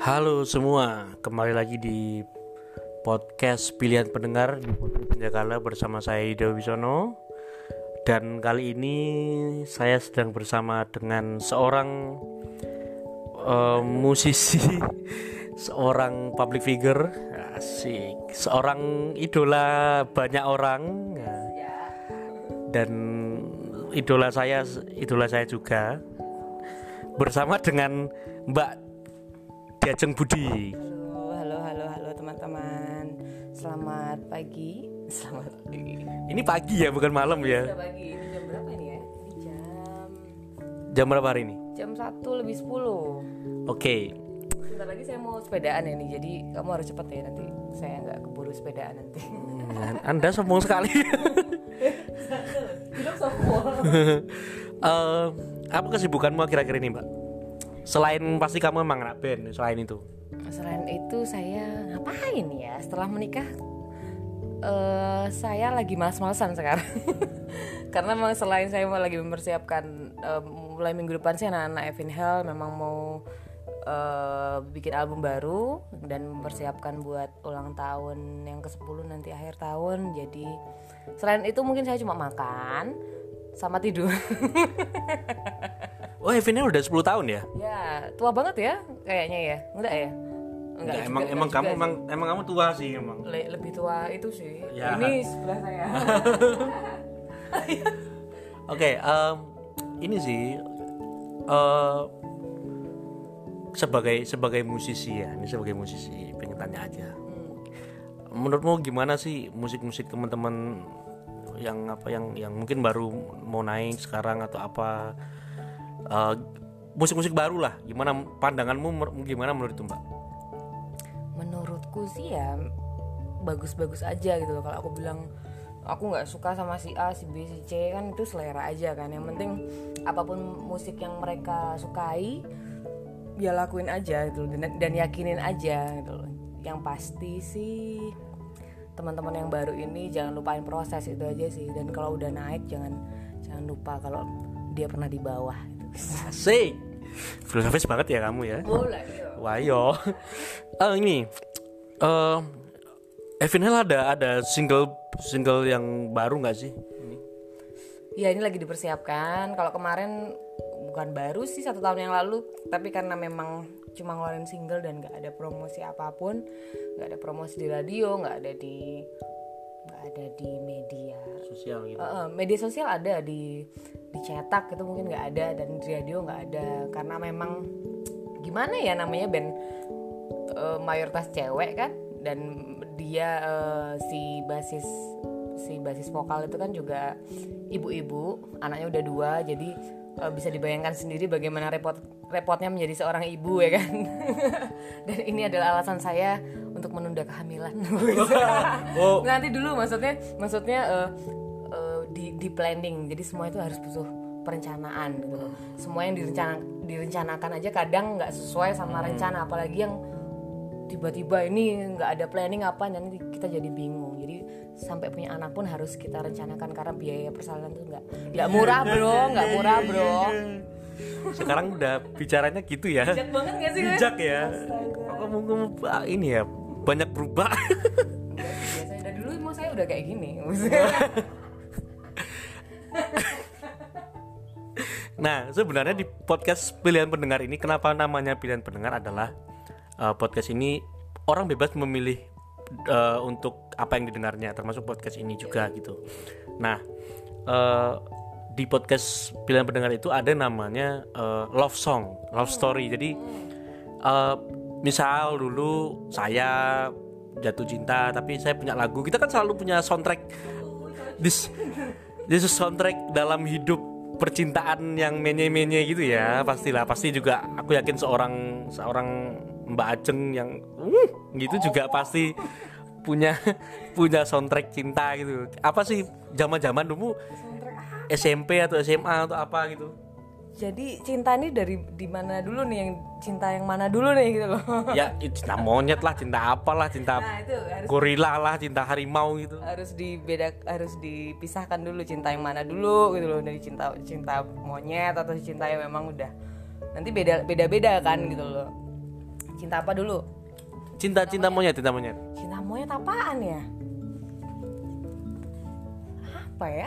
Halo semua, kembali lagi di podcast Pilihan Pendengar di podcast Penjakala bersama saya Ido Wisono. Dan kali ini saya sedang bersama dengan seorang musisi, seorang public figure, asik, seorang idola banyak orang, dan idola saya juga, bersama dengan Mbak Diajeng Budi. Halo teman-teman. Selamat pagi. Ini pagi ya, bukan malam ya. Sudah pagi. Ini jam berapa ini ya? Ini Jam berapa hari ini? jam 1:10. Oke. Sebentar lagi saya mau sepedaan ini. Jadi kamu harus cepet ya, nanti saya nggak keburu sepedaan nanti. Anda sombong sekali. Hidup sombong. Apa kesibukanmu akhir-akhir ini, Mbak? Selain pasti kamu emang anak band, selain itu. Selain itu saya ngapain ya? Setelah menikah saya lagi malas-malasan sekarang. Karena memang selain saya mau lagi mempersiapkan mulai minggu depan sih anak-anak Evinhell memang mau bikin album baru dan mempersiapkan buat ulang tahun yang ke-10 nanti akhir tahun. Jadi selain itu mungkin saya cuma makan sama tidur. Oh, Evinhell udah 10 tahun ya? Ya, tua banget ya kayaknya ya. Enggak ya? Enggak, emang kamu tua sih emang. Lebih tua itu sih. Ya. Ini sebelah saya. Oke, ini sih sebagai musisi ya. Ini sebagai musisi pengen tanya aja. Menurutmu gimana sih musik-musik teman-teman yang mungkin baru mau naik sekarang atau apa? Musik-musik baru lah. Gimana pandanganmu, gimana menurut itu, Mbak? Menurutku sih ya bagus-bagus aja gitu loh. Kalau aku bilang aku nggak suka sama si A, si B, si C, kan itu selera aja kan. Yang penting apapun musik yang mereka sukai ya lakuin aja gitu loh, dan yakinin aja gitu loh. Yang pasti sih teman-teman yang baru ini jangan lupain proses itu aja sih. Dan kalau udah naik jangan lupa kalau dia pernah di bawah gitu. Asik. Filosofis banget ya kamu ya. Boleh. Wayo. Ini Evinhell ada single yang baru nggak sih? Ya ini lagi dipersiapkan. Kalau kemarin bukan baru sih, 1 tahun yang lalu. Tapi karena memang cuma ngeluarin single dan nggak ada promosi apapun, nggak ada promosi di radio, nggak ada di media Sosial gitu. Media sosial ada, di cetak itu mungkin nggak ada, dan di radio nggak ada. Karena memang gimana ya, namanya band mayoritas cewek kan, dan dia si basis vokal itu kan juga ibu-ibu, anaknya udah 2, jadi bisa dibayangkan sendiri bagaimana repotnya menjadi seorang ibu ya kan. Dan ini adalah alasan saya untuk menunda kehamilan. Oh. Nanti dulu maksudnya di planning. Jadi semua itu harus butuh perencanaan gitu. Semua yang direncanakan aja kadang nggak sesuai sama rencana, apalagi yang tiba-tiba ini nggak ada planning apa, nanti kita jadi bingung. Jadi sampai punya anak pun harus kita rencanakan, karena biaya persalinan itu nggak murah bro. Sekarang udah bicaranya gitu ya. Bijak banget nggak sih? Bijak ya. Aku mau ini ya, banyak berubah. Biasanya dari dulu emang saya udah kayak gini. Nah, sebenarnya di podcast Pilihan Pendengar ini, kenapa namanya Pilihan Pendengar adalah podcast ini orang bebas memilih untuk apa yang didengarnya, termasuk podcast ini juga gitu. Nah, di podcast Pilihan Pendengar itu ada namanya love song, love story. Jadi misal dulu saya jatuh cinta, tapi saya punya lagu. Kita kan selalu punya soundtrack. This is soundtrack dalam hidup percintaan yang menye-menye gitu ya. Pasti juga aku yakin seorang Mbak Ajeng yang gitu juga pasti punya soundtrack cinta gitu. Apa sih zaman dulu SMP atau SMA atau apa gitu? Jadi cinta ini dari di mana dulu nih, yang cinta yang mana dulu nih gitu loh. Ya cinta monyet lah, cinta apalah, cinta itu harus gorila lah, cinta harimau gitu. harus dipisahkan dulu cinta yang mana dulu gitu loh, dari cinta monyet atau cinta yang memang udah nanti beda kan gitu loh. Cinta apa dulu? Cinta monyet. Cinta monyet apaan ya? Apa ya?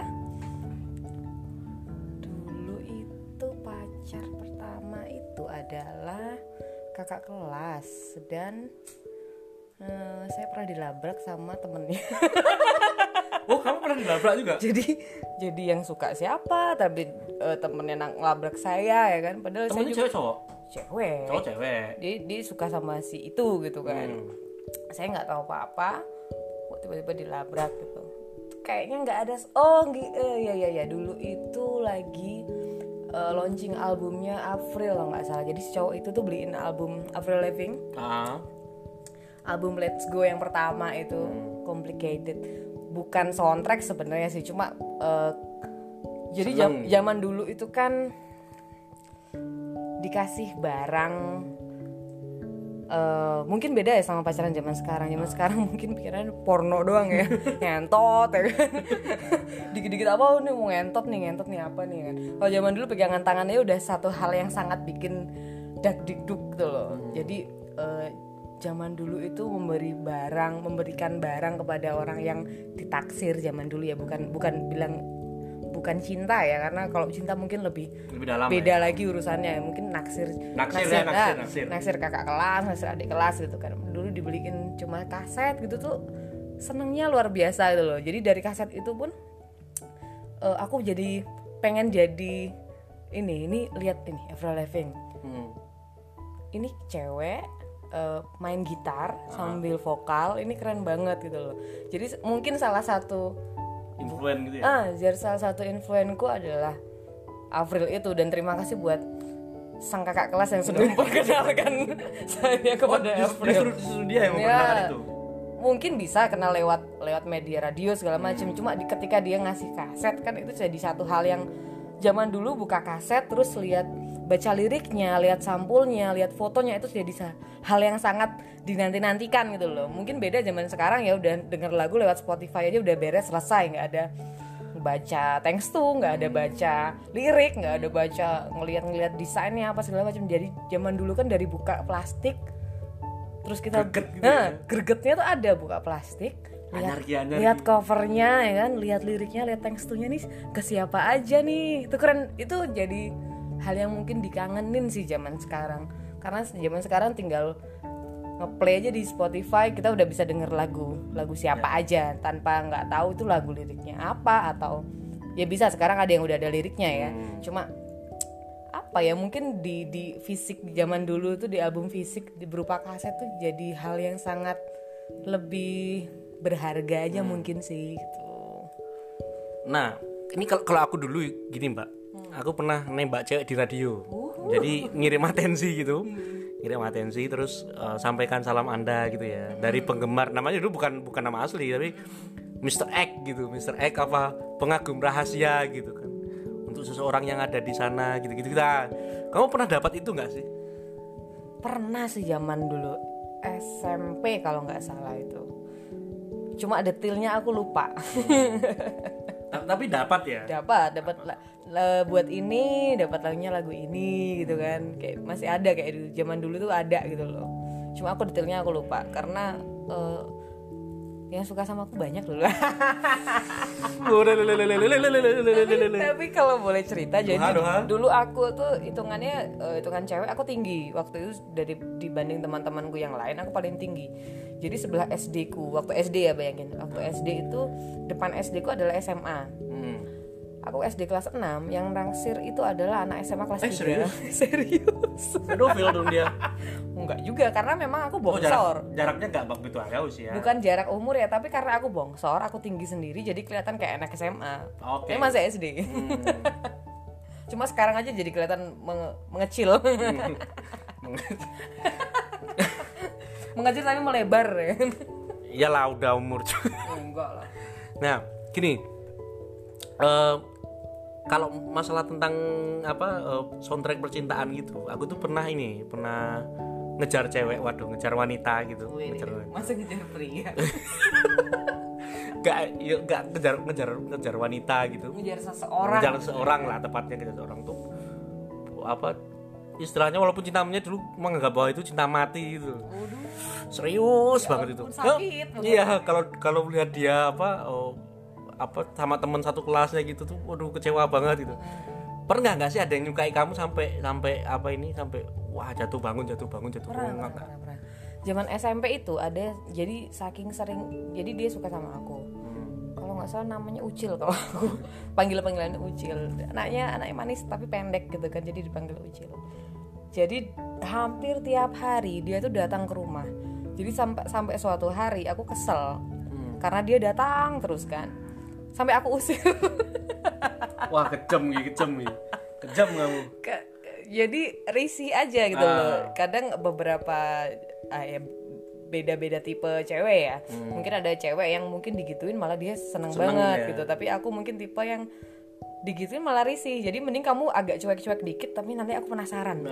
Dulu itu pacar pertama itu adalah kakak kelas dan saya pernah dilabrak sama temennya. Oh, kamu pernah dilabrak juga? jadi yang suka siapa? Tapi temennya ngelabrak saya ya kan. Padahal Temennya saya juga cewek cowok? Cewek. Dia suka sama si itu gitu kan. Saya nggak tahu apa-apa, kok tiba-tiba dilabrak gitu. Kayaknya nggak ada. Ya dulu itu lagi launching albumnya Avril kalau nggak salah. Jadi si cowok itu tuh beliin album Avril Lavigne. Album Let's Go yang pertama itu Complicated. Bukan soundtrack sebenarnya sih, cuma jadi zaman dulu itu kan dikasih barang mungkin beda ya sama pacaran zaman sekarang. Zaman sekarang mungkin pikirannya porno doang ya. Ngentot ya kan. Dikit-dikit apa nih mau ngentot nih apa nih kan. Kalau zaman dulu pegangan tangannya udah satu hal yang sangat bikin dak-dikduk gitu loh. Jadi zaman dulu itu memberikan barang kepada orang yang ditaksir zaman dulu ya, bukan cinta ya, karena kalau cinta mungkin lebih dalam beda ya. lagi urusannya, mungkin naksir kakak kelas, naksir adik kelas gitu kan. Dulu dibeliin cuma kaset gitu tuh senengnya luar biasa gitu loh. Jadi dari kaset itu pun aku jadi pengen jadi ini lihat ini Avril Lavigne. Ini cewek main gitar sambil vokal, ini keren banget gitu loh. Jadi mungkin salah satu influen gitu ya. Jadi salah satu influenku adalah Avril itu, dan terima kasih buat sang kakak kelas yang sudah memperkenalkan saya kepada Avril. Justru dia yang memperkenalkan itu. Mungkin bisa kenal lewat media radio segala macam. Cuma ketika dia ngasih kaset kan itu jadi satu hal yang zaman dulu buka kaset terus baca liriknya, lihat sampulnya, lihat fotonya, itu jadi hal yang sangat dinanti-nantikan gitu loh. Mungkin beda zaman sekarang ya, udah denger lagu lewat Spotify aja udah beres, selesai, nggak ada baca thanks to, nggak ada baca lirik, nggak ada baca ngelihat desainnya apa segala macam. Jadi zaman dulu kan dari buka plastik terus kita gregetnya tuh ada buka plastik, lihat covernya ya kan, lihat liriknya, lihat thanks to-nya nih ke siapa aja nih. Itu keren, itu jadi hal yang mungkin dikangenin sih zaman sekarang. Karena zaman sekarang tinggal ngeplay aja di Spotify, kita udah bisa denger lagu siapa aja tanpa nggak tahu itu lagu liriknya apa, atau ya bisa sekarang ada yang udah ada liriknya ya. Cuma apa ya, mungkin di fisik di zaman dulu tuh, di album fisik berupa kaset tuh jadi hal yang sangat lebih berharga aja mungkin sih gitu. Nah, ini kalau aku dulu gini Mbak, aku pernah nembak cewek di radio. Jadi ngirim atensi gitu, terus sampaikan salam Anda gitu ya, dari penggemar. Namanya dulu bukan nama asli, tapi Mr. X gitu, Mr. X apa pengagum rahasia gitu kan, untuk seseorang yang ada di sana gitu-gitu. Kamu pernah dapat itu nggak sih? Pernah sih zaman dulu SMP kalau nggak salah itu. Cuma detailnya aku lupa. Tapi dapat ya? Dapat buat ini, dapat lagu ini gitu kan. Kayak masih ada kayak zaman dulu tuh ada gitu loh. Cuma aku detailnya aku lupa karena yang suka sama aku banyak dulu. Tapi kalau boleh cerita, jadi dulu aku tuh hitungan cewek aku tinggi waktu itu, dibanding teman-temanku yang lain aku paling tinggi. Jadi sebelah SD ku, waktu SD ya bayangin, waktu SD itu depan SD ku adalah SMA. Aku SD kelas 6, yang naksir itu adalah anak SMA kelas 3. Serius? Pedofil dong dia. Enggak juga, karena memang aku bongsor. Jaraknya enggak begitu jauh sih ya. Bukan jarak umur ya, tapi karena aku bongsor, aku tinggi sendiri, jadi kelihatan kayak anak SMA. Tapi masih SD. Cuma sekarang aja jadi kelihatan mengecil. Mengecil tapi melebar ya. Iyalah udah umur. Enggak lah. Nah, gini. Kalau masalah tentang soundtrack percintaan gitu, aku tuh pernah ngejar cewek, ngejar wanita gitu. Masa ngejar pria? Gak ngejar wanita gitu. Ngejar seseorang lah tepatnya, ngejar seseorang tuh istilahnya walaupun cinta monyet dulu menganggap bahwa itu cinta mati gitu. Serius banget itu. sakit Iya, kalau melihat dia sama teman satu kelasnya gitu tuh, waduh kecewa banget gitu. Pernah nggak sih ada yang nyukai kamu sampai wah jatuh bangun. Pernah. Zaman SMP itu ada, jadi saking sering, jadi dia suka sama aku. Kalau nggak salah namanya Ucil, kalau aku panggilannya Ucil. Anaknya manis tapi pendek gitu kan, jadi dipanggil Ucil. Jadi hampir tiap hari dia tuh datang ke rumah. Jadi sampai suatu hari aku kesel karena dia datang terus kan, sampai aku usir. Wah kejam kamu. Jadi risih aja gitu loh. Kadang beberapa beda-beda tipe cewek ya. Mungkin ada cewek yang mungkin digituin malah dia seneng banget ya. gitu. Tapi aku mungkin tipe yang digituin malah risih. Jadi mending kamu agak cuek-cuek dikit tapi nanti aku penasaran.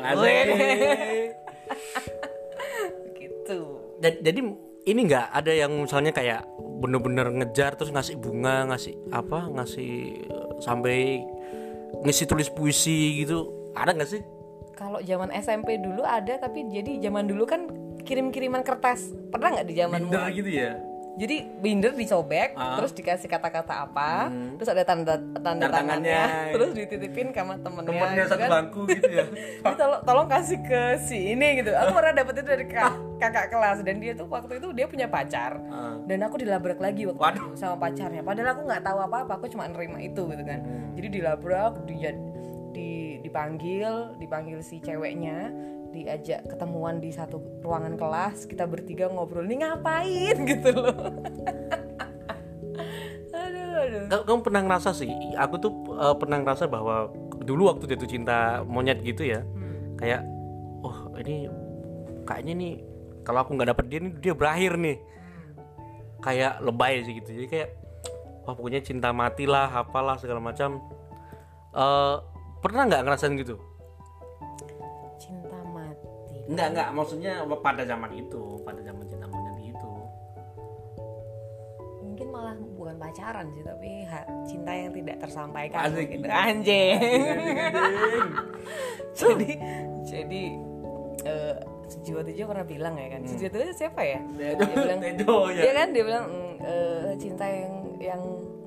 Gitu. Jadi ini nggak ada yang misalnya kayak bener-bener ngejar terus ngasih bunga, ngasih sampai ngisi tulis puisi gitu, ada nggak sih? Kalau zaman SMP dulu ada, tapi jadi zaman dulu kan kirim-kiriman kertas. Pernah nggak di zamanmu? Binder gitu ya? Jadi binder disobek, terus dikasih kata-kata apa, terus ada tanda tangannya, terus dititipin sama temennya gitu satu kan. bangku gitu ya. Jadi tolong kasih ke si ini gitu. Aku pernah dapet itu dari kakak kelas, dan dia tuh waktu itu dia punya pacar, dan aku dilabrak lagi waktu itu sama pacarnya. Padahal aku nggak tahu apa-apa, aku cuma nerima itu gitu kan. Jadi dilabrak, dipanggil si ceweknya, diajak ketemuan di satu ruangan kelas, kita bertiga ngobrol, nih ngapain gitu loh. aduh. Kamu pernah ngerasa sih, aku tuh pernah ngerasa bahwa dulu waktu jatuh cinta monyet gitu ya, kayak ini kayaknya nih kalau aku nggak dapet dia berakhir nih, kayak lebay sih gitu. Jadi kayak pokoknya cinta mati lah, apalah segala macam. Pernah nggak ngerasain gitu? Cinta mati. Enggak, maksudnya pada zaman cinta monyet gitu. Mungkin malah bukan pacaran sih, tapi cinta yang tidak tersampaikan. Asik. Gitu. Anjing. jadi Sejiwa Tujuh pernah bilang ya kan. Sejiwa Tujuh siapa ya? Dia bilang Tejo ya. Dia kan dia bilang cinta yang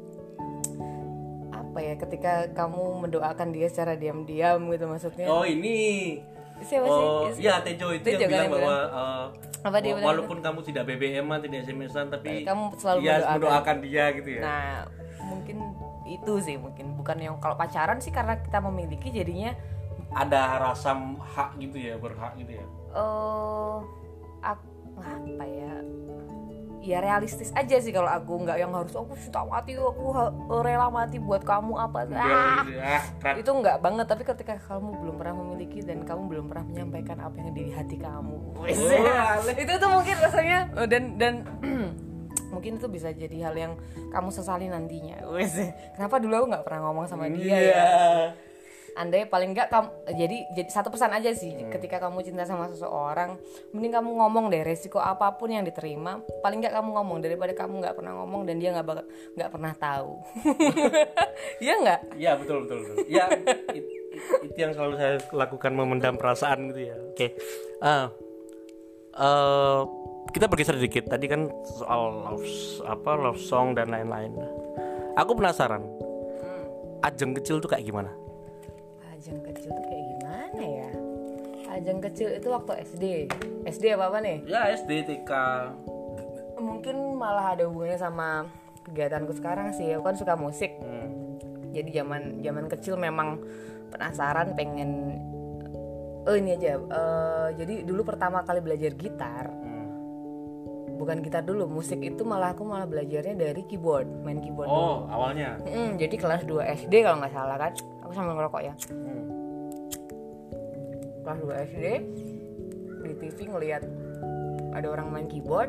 apa ya, ketika kamu mendoakan dia secara diam-diam gitu maksudnya. Oh ini. Siapa sih? Iya Tejo itu Tejo yang bilang kan bahwa apa dia bilang walaupun kamu tidak BBM-an, tidak SMS-an, tapi kamu selalu mendoakan dia gitu ya. Nah, mungkin itu sih, mungkin bukan yang kalau pacaran sih karena kita memiliki jadinya ada rasa hak gitu ya, berhak gitu ya. Apa ya? Ya realistis aja sih kalau aku, nggak yang harus aku cinta mati, aku rela mati buat kamu apa. Itu nggak banget. Tapi ketika kamu belum pernah memiliki dan kamu belum pernah menyampaikan apa yang di hati kamu, itu tuh mungkin rasanya dan mungkin itu bisa jadi hal yang kamu sesali nantinya. Kenapa dulu aku nggak pernah ngomong sama dia ya? Andai paling enggak kamu jadi satu pesan aja sih, ketika kamu cinta sama seseorang, mending kamu ngomong deh, resiko apapun yang diterima, paling enggak kamu ngomong daripada kamu nggak pernah ngomong dan dia nggak pernah tahu. Iya nggak? Iya betul. Ya itu yang selalu saya lakukan, memendam perasaan gitu ya. Oke. Kita bergeser sedikit. Tadi kan soal love song dan lain-lain. Aku penasaran. Ajeng kecil tuh kayak gimana? Ajeng kecil tuh kayak gimana ya? Ajeng kecil itu waktu SD apa nih? Ya SD, TK. Mungkin malah ada hubungannya sama kegiatanku sekarang sih. Aku kan suka musik. Jadi zaman kecil memang penasaran, pengen ini aja. Jadi dulu pertama kali belajar gitar, bukan gitar dulu, musik itu aku malah belajarnya dari keyboard, main keyboard. Oh, dulu. Awalnya. Jadi kelas 2 SD kalau nggak salah kan. Aku sambil ngerokok ya. Kelas 2 SD di TV ngelihat ada orang main keyboard.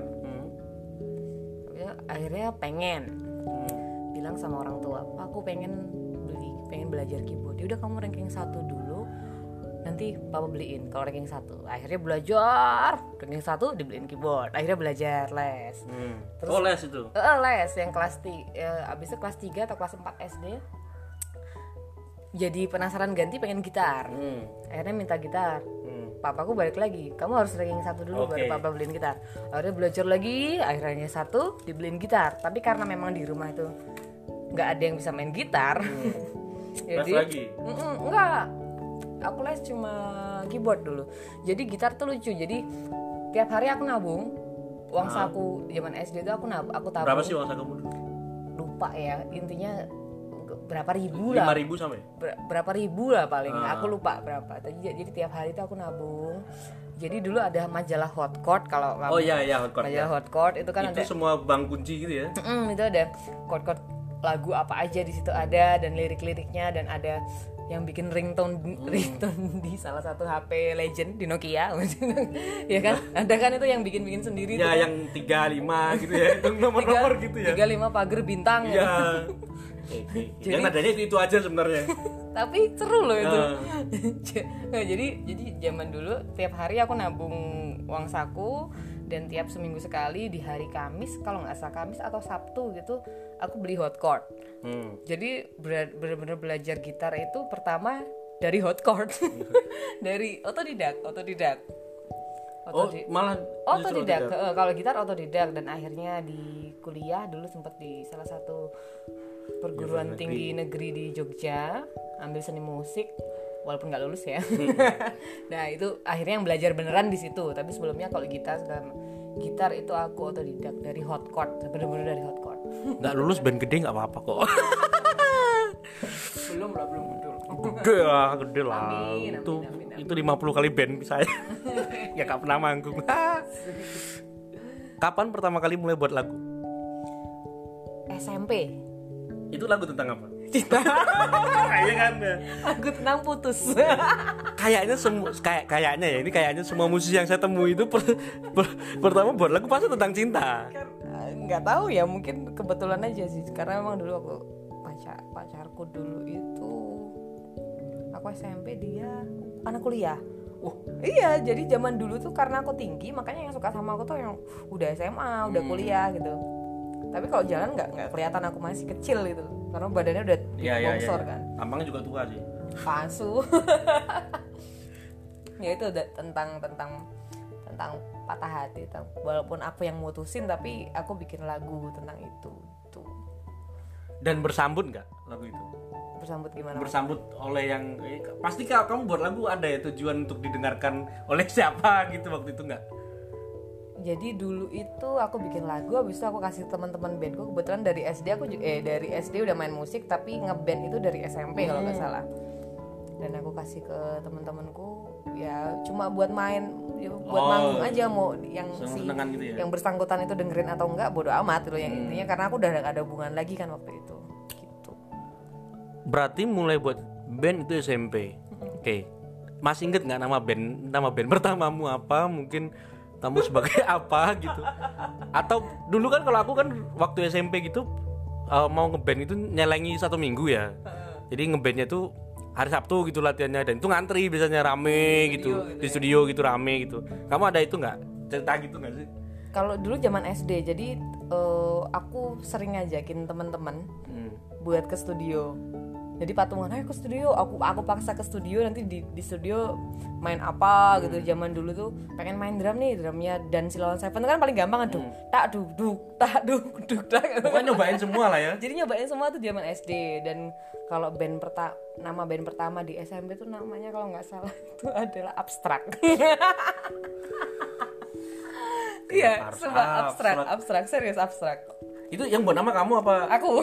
Akhirnya pengen bilang sama orang tua, aku pengen belajar keyboard. Udah kamu ranking 1 dulu, nanti papa beliin kalau ranking 1. Akhirnya belajar ranking 1, dibeliin keyboard. Akhirnya belajar les. Terus les itu? Les yang kelas abisnya kelas 3 atau kelas 4 SD. jadi penasaran ganti pengen gitar. Akhirnya minta gitar. Papaku balik lagi, kamu harus ranking 1 dulu baru papa beliin gitar. Akhirnya belajar lagi, akhirnya 1 dibeliin gitar. Tapi karena memang di rumah itu nggak ada yang bisa main gitar. Jadi lagi? Enggak, aku les cuma keyboard dulu. Jadi gitar tuh lucu. Jadi tiap hari aku nabung uang saku zaman SD itu aku tabung. Berapa sih uang sakumu? Lupa ya, intinya berapa ribu lah. 5.000 sampai? Berapa ribu lah paling. Aku lupa berapa. Jadi tiap hari itu aku nabung. Jadi dulu ada majalah Hotchord kalau kamu. Oh iya Hotchord. Majalah Hotchord itu kan itu ada semua bank kunci gitu ya. Itu ada chord lagu apa aja di situ ada dan lirik-liriknya dan ada yang bikin ringtone di salah satu HP legend di Nokia. Ya kan? Ada kan itu yang bikin sendiri ya tuh. Yang 35 gitu ya. Itu nomor-nomor gitu ya. 35 pagar bintang. Iya. Yang nadanya itu aja sebenarnya. Tapi seru loh itu. jadi zaman dulu tiap hari aku nabung uang saku dan tiap seminggu sekali di hari Kamis, kalau nggak salah Kamis atau Sabtu gitu, aku beli Hotchord. Jadi benar-benar belajar gitar itu pertama dari Hotchord. Dari otodidak. Malah otodidak. Kalau gitar otodidak dan akhirnya di kuliah dulu sempat di salah satu perguruan tinggi negeri di Jogja ambil seni musik walaupun nggak lulus ya. Nah itu akhirnya yang belajar beneran di situ. Tapi sebelumnya kalau gitar itu aku otodidak dari Hotchord, bener-bener dari Hotchord. Nggak lulus band gede nggak apa-apa kok. belum betul. Gede lah. Amin. Itu 50 kali band saya. Ya nggak pernah manggung. Kapan pertama kali mulai buat lagu? SMP. Itu lagu tentang apa? Cinta. Kayaknya kan. Lagu tentang putus. Kayaknya ya, ini kayaknya semua musisi yang saya temui itu pertama buat lagu pasti tentang cinta. Nggak tahu ya, mungkin kebetulan aja sih. Karena memang dulu aku pacarku dulu itu aku SMP, dia anak kuliah. Iya, jadi zaman dulu tuh karena aku tinggi, makanya yang suka sama aku tuh yang udah SMA, udah kuliah gitu. Tapi kalau jalan nggak kelihatan aku masih kecil gitu, karena badannya udah bongsor kan. Tampangnya juga tua sih. Palsu. Ya itu tentang patah hati. Walaupun aku yang mutusin, tapi aku bikin lagu tentang itu. Tuh. Dan bersambut nggak lagu itu? Bersambut gimana? Bersambut oleh yang pasti kamu buat lagu ada ya tujuan untuk didengarkan oleh siapa gitu waktu itu nggak? Jadi dulu itu aku bikin lagu, habis itu aku kasih teman-teman bandku. Kebetulan dari SD dari SD udah main musik, tapi ngeband itu dari SMP kalau nggak salah. Dan aku kasih ke teman-temanku, ya cuma buat main, ya buat manggung aja, mau yang gitu ya? Yang bersangkutan itu dengerin atau enggak bodo amat gitu. Yang intinya karena aku udah gak ada hubungan lagi kan waktu itu. Gitu. Berarti mulai buat band itu SMP. Oke. Masih inget nggak nama band pertamamu apa? Mungkin kamu sebagai apa gitu, atau dulu kan kalau aku kan waktu SMP gitu mau ngeband itu nyelengi 1 minggu ya, jadi ngebandnya tuh hari Sabtu gitu latihannya, dan itu ngantri biasanya rame gitu di studio gitu rame gitu. Kamu ada itu nggak, cerita gitu nggak sih? Kalau dulu zaman SD, jadi aku sering ngajakin teman-teman buat ke studio. Jadi patungan, ayo ke studio, aku paksa ke studio, nanti di studio main apa gitu. Zaman dulu tuh pengen main drum nih, drumnya dan Silon Seven kan paling gampang kan, tak duk tak. Pokoknya nyobain semua lah ya. Jadi nyobain semua tuh zaman SD. Dan kalau nama band pertama di SMP tuh namanya kalau nggak salah itu adalah Abstrak. Iya, sebab abstrak, serius Abstrak. Itu yang buat nama kamu apa? Aku.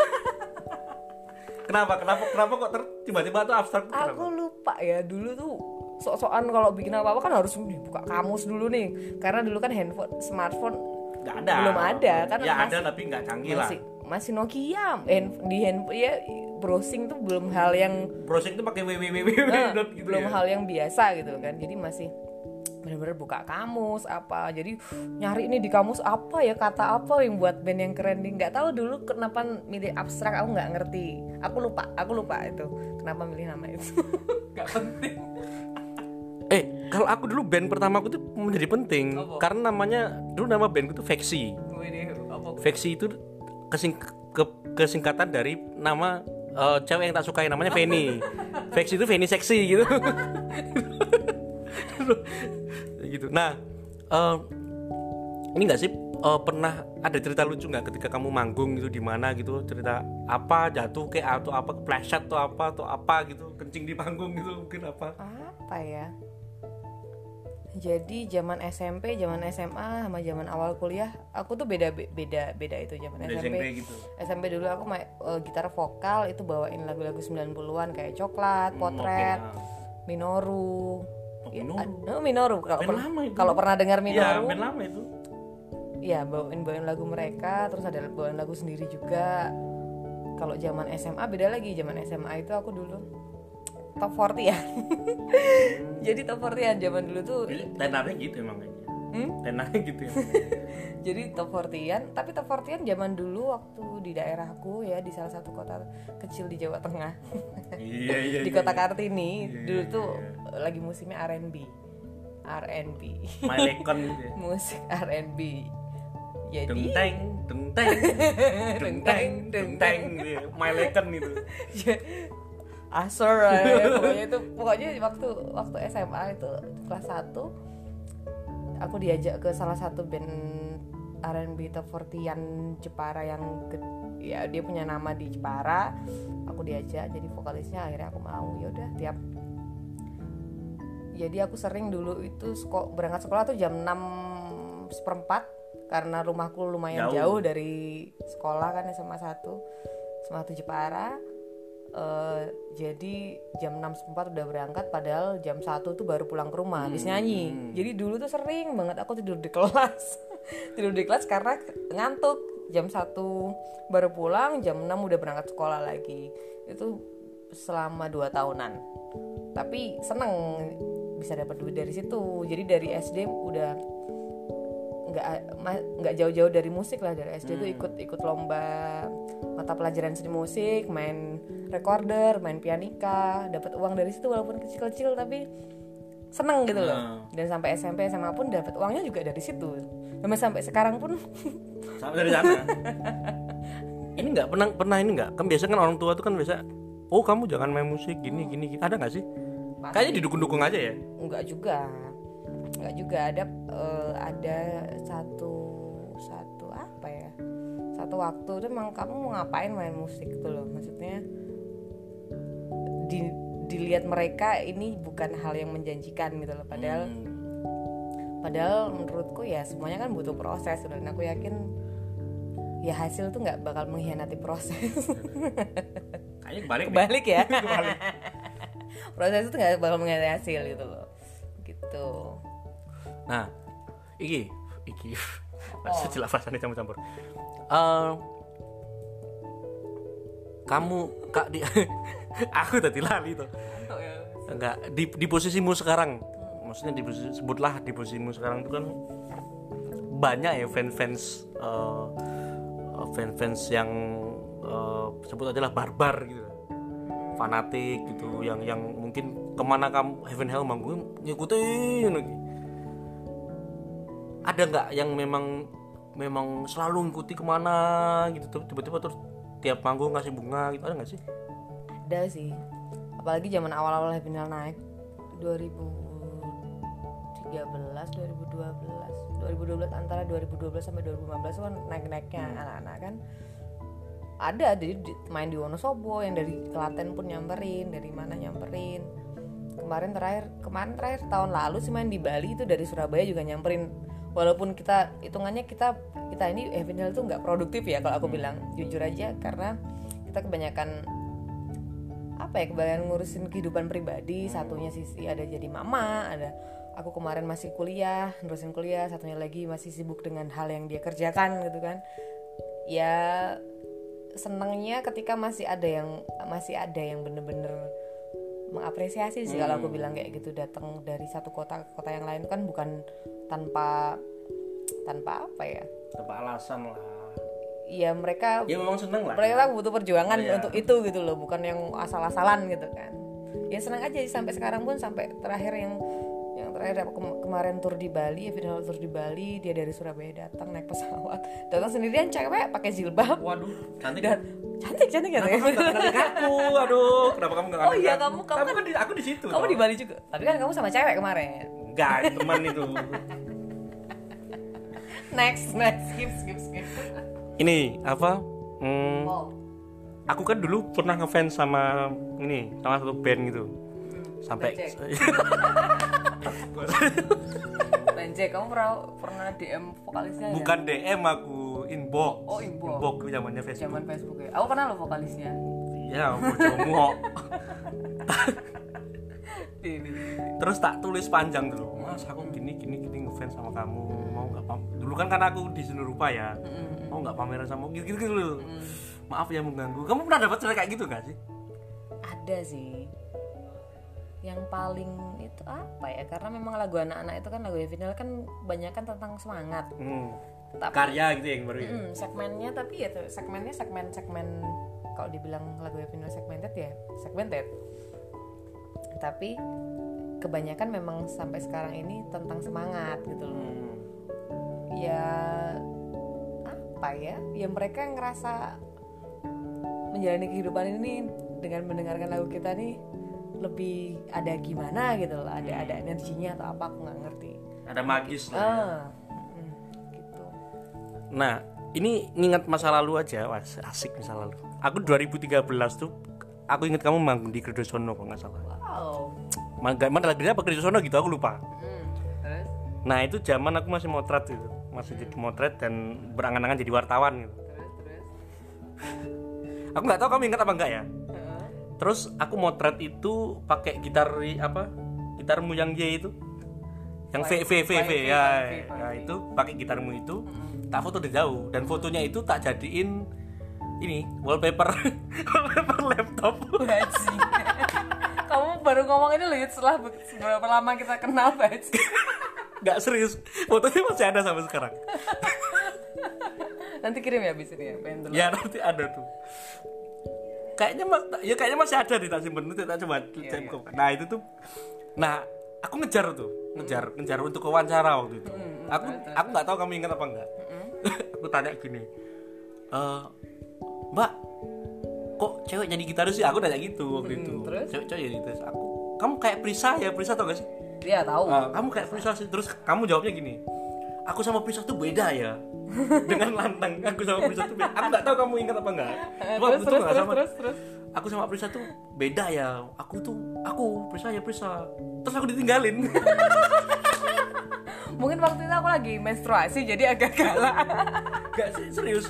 Kenapa kok tiba-tiba tuh Abstrak? Aku lupa ya, dulu tuh sok-sokan kalau bikin apa-apa kan harus dibuka kamus dulu nih. Karena dulu kan smartphone nggak ada. Belum ada kan. Ya ada tapi nggak canggih lah. Masih Nokia. Di handphone ya, browsing tuh belum hal yang browsing tuh pakai www gitu. Belum hal yang biasa gitu kan. Jadi masih benar-benar buka kamus apa, jadi nyari nih di kamus apa ya, kata apa yang buat band yang keren nih. Nggak tahu dulu kenapa milih Abstrak, aku nggak ngerti, aku lupa itu kenapa milih nama itu. Nggak penting. Kalau aku dulu band pertama aku tuh menjadi penting. Apa? Karena nama bandku tuh Veksi. Veksi itu kesingkatan dari nama cewek yang tak sukai namanya Feni. Vex itu Feni seksi gitu. Gitu. Nah, ini nggak sih pernah ada cerita lucu nggak ketika kamu manggung gitu di mana gitu, cerita apa jatuh kayak atau apa kepleset atau apa gitu, kencing di panggung gitu mungkin apa ya, jadi zaman SMP, zaman SMA sama zaman awal kuliah aku tuh beda itu. Zaman SMP gitu. SMP dulu aku gitar vokal itu bawain lagu-lagu 90-an kayak Coklat, Potret, Minoru. Minoru kalau pernah dengar Minoru. Ya, band lama itu. Ya, bawain lagu mereka, terus ada bawain lagu sendiri juga. Kalau zaman SMA beda lagi. Zaman SMA itu aku dulu top 40 ya. Jadi top 40-an zaman dulu tuh. Tenarnya gitu emang kayaknya. Tenarnya gitu ya. Jadi top 40-an, tapi top 40-an zaman dulu waktu di daerahku ya, di salah satu kota kecil di Jawa Tengah. Iya. Di Kota Kartini, dulu tuh lagi musimnya R&B. Mailekon gitu ya. Musik R&B. Jadi deng gitu. Mailekon itu. Asor ya, pokoknya waktu SMA itu kelas 1 aku diajak ke salah satu band R&B top 40-an Jepara yang ya dia punya nama di Jepara. Aku diajak jadi vokalisnya, akhirnya aku mau. Ya udah tiap. Jadi aku sering dulu itu berangkat sekolah tuh jam 6:15 karena rumahku lumayan jauh dari sekolah kan, SMA 1 Jepara. Jadi jam 6:04 udah berangkat, padahal jam 1 tuh baru pulang ke rumah habis nyanyi. Jadi dulu tuh sering banget aku tidur di kelas. Tidur di kelas karena ngantuk. Jam 1 baru pulang, jam 6 udah berangkat sekolah lagi. Itu selama 2 tahunan. Tapi seneng bisa dapat duit dari situ. Jadi dari SD udah nggak jauh-jauh dari musik lah. Dari SD tuh ikut lomba mata pelajaran seni musik, main recorder, main pianika, dapat uang dari situ walaupun kecil-kecil tapi seneng gitu loh. Dan sampai SMP SMA pun dapat uangnya juga dari situ. Sampai sekarang pun sampai dari sana. Ini nggak pernah ini nggak? Kan biasa kan orang tua tuh kan biasa, oh kamu jangan main musik gini. Ada nggak sih? Pasti. Kayaknya didukung-dukung aja ya. Enggak juga ada satu apa ya, satu waktu tuh emang kamu mau ngapain main musik gitu loh, maksudnya dilihat mereka ini bukan hal yang menjanjikan gitu loh, padahal menurutku ya semuanya kan butuh proses, dan aku yakin ya hasil tuh nggak bakal mengkhianati proses. Kayaknya kebalik ya. Proses itu nggak bakal mengkhianati hasil gitu loh, gitu. Nah, iki sejelas rasanya campur-campur. Kamu Kak aku tadi lali tuh. Enggak di posisimu sekarang. Maksudnya sebutlah di posisimu sekarang itu kan banyak ya fans yang sebut aja lah barbar gitu. Fanatik gitu yang mungkin kemana kamu Heaven Hell manggung ngikutin lagi. Ada nggak yang memang selalu ngikuti kemana gitu, tiba-tiba terus tiap manggung ngasih bunga gitu, ada nggak sih? Ada sih, apalagi zaman awal-awal Heaven Hell naik 2012 antara 2012 sampai 2015 kan naik-naiknya anak-anak kan. Ada jadi main di Wonosobo, yang dari Klaten pun nyamperin, dari mana nyamperin. Kemarin terakhir tahun lalu sih main di Bali, itu dari Surabaya juga nyamperin. Walaupun kita hitungannya kita ini Heaven Hell tuh nggak produktif ya kalau aku bilang jujur aja, karena kita kebanyakan ngurusin kehidupan pribadi. Satunya sisi ada jadi mama, ada aku kemarin masih nerusin kuliah, satunya lagi masih sibuk dengan hal yang dia kerjakan gitu kan. Ya senengnya ketika masih ada yang bener-bener mengapresiasi sih kalau aku bilang kayak gitu, datang dari satu kota ke kota yang lain kan bukan tanpa apa ya, tanpa alasan lah. Iya, mereka memang seneng lah. Mereka butuh perjuangan untuk itu gitu loh, bukan yang asal-asalan gitu kan. Ya senang aja sih, sampai sekarang pun, sampai terakhir yang Yang terakhir kemarin tur di Bali, final tur di Bali, dia dari Surabaya datang naik pesawat, datang sendirian cewek pakai jilbab. Waduh, cantik. Dan cantik ya. Kenapa kamu nggak kenalin aku? Aduh, kenapa kamu nggak Oh kenalin iya, aku? kamu kan aku di situ. Kamu di Bali juga. Tapi kan kamu sama cewek kemarin. Enggak, teman itu. Next, skip. Ini apa? Oh. Aku kan dulu pernah ngefans sama satu band gitu. Sampai Benjek, kamu pernah DM vokalisnya? bukan ya? DM, aku inbox. Oh, inbox. Inbox itu zamannya Facebook. Zaman Facebook ya. Aku kenal lo vokalisnya. Iya, bojomu. Terus tak tulis panjang dulu. Mas, aku gini ngefans sama kamu. Mau enggak dulu kan karena aku di seni rupa ya. Mau enggak pameran sama gitu dulu. Maaf ya mengganggu. Kamu pernah dapat cerita kayak gitu gak sih? Ada sih. Yang paling itu apa ya? Karena memang lagu anak-anak itu kan lagu final kan banyak kan tentang semangat. Tapi, karya gitu yang baru ya. Segmennya tapi ya tuh segmen kalau dibilang lagu final segmented. Tapi kebanyakan memang sampai sekarang ini tentang semangat gitu loh. Ya apa ya? Ya mereka ngerasa menjalani kehidupan ini dengan mendengarkan lagu kita nih lebih ada gimana gitu loh, ada energinya atau apa, aku nggak ngerti. Ada magis lah. Gitu. Nah, ini ngingat masa lalu aja, asik masa lalu. Aku 2013 tuh, aku ingat kamu manggung di Kerdosono kalau nggak salah. Wow. Mana lagunya apa Kerdosono gitu, aku lupa. Terus? Nah itu zaman aku masih motret gitu, jadi motret dan berangan-angan jadi wartawan gitu. Terus? Aku nggak tahu kamu ingat apa enggak ya. Terus aku motret itu pakai gitarmu yang Y itu, yang V ya, itu pakai gitarmu itu, tak foto dari jauh dan fotonya itu tak jadiin ini wallpaper laptop. Baji. Kamu baru ngomong ini loh setelah berapa lama kita kenal, Baji. Nggak serius, fotonya masih ada sampai sekarang. Nanti kirim ya abis ini ya, pengen dulu. Ya nanti ada tuh. Kayaknya masih ada di tak simpen itu, tak coba cek. Nah itu tuh, nah aku ngejar untuk wawancara waktu itu. Aku nggak tahu kamu ingat apa enggak. Aku tanya gini, Mbak, kok cewek jadi gitaris sih? Aku nanya gitu waktu itu. Cewek jadi gitaris. Kamu kayak Prisa tau gak sih? Iya tahu. Kamu kayak Prisa sih. Terus kamu jawabnya gini, aku sama Prisa tuh beda ya. Dengan lantang, aku sama Prisa tuh beda. Aku nggak tahu kamu ingat apa enggak. Terus. Aku sama Prisa tuh beda ya. Aku Prisa. Terus aku ditinggalin. Mungkin waktu itu aku lagi menstruasi jadi agak kalah. Gak sih, serius.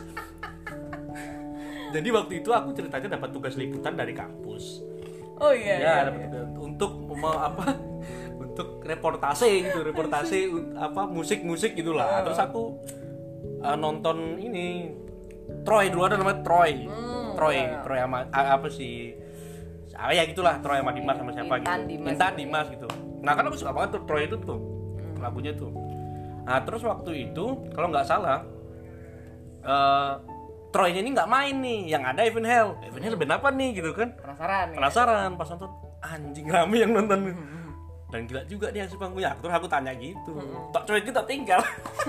Jadi waktu itu aku ceritanya dapat tugas liputan dari kampus. Oh iya. Ya, dapat untuk untuk reportase musik gitulah. Terus aku nonton ini Troy, dulu ada namanya Troy sama apa sih? Ya gitulah, Troy sama Dimas sama siapa Intan Dimas gitu. Nah, kan aku suka banget tuh Troy itu tuh. Lagunya tuh. Nah, terus waktu itu kalau nggak salah Troy-nya ini nggak main nih, yang ada Evan Hale band apa nih gitu kan? Penasaran pas nonton, anjing rame yang nonton. Dan gila juga dia si panggungnya. Terus aku tanya gitu, tok Troy kita tinggal.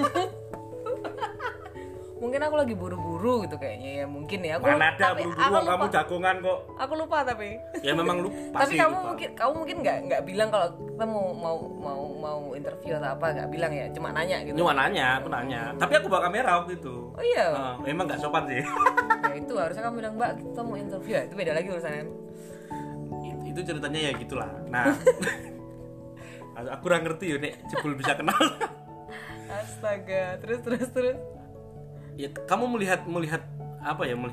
Mungkin aku lagi buru-buru gitu kayaknya ya, mungkin ya. Mana ada buru-buru, kamu jagongan kok. Aku lupa tapi. Ya memang lupa. Tapi kamu mungkin nggak bilang kalau kita mau interview atau apa, nggak bilang ya, cuma nanya gitu. Cuma nanya, aku nanya. Tapi aku bawa kamera waktu itu. Oh iya. Emang nggak sopan sih. Ya itu harusnya kamu bilang, Mbak kita mau interview ya, itu beda lagi urusannya. Itu ceritanya ya gitulah. Nah, aku kurang ngerti ya nek jebul bisa kenal. Astaga, terus. Ya kamu melihat apa ya,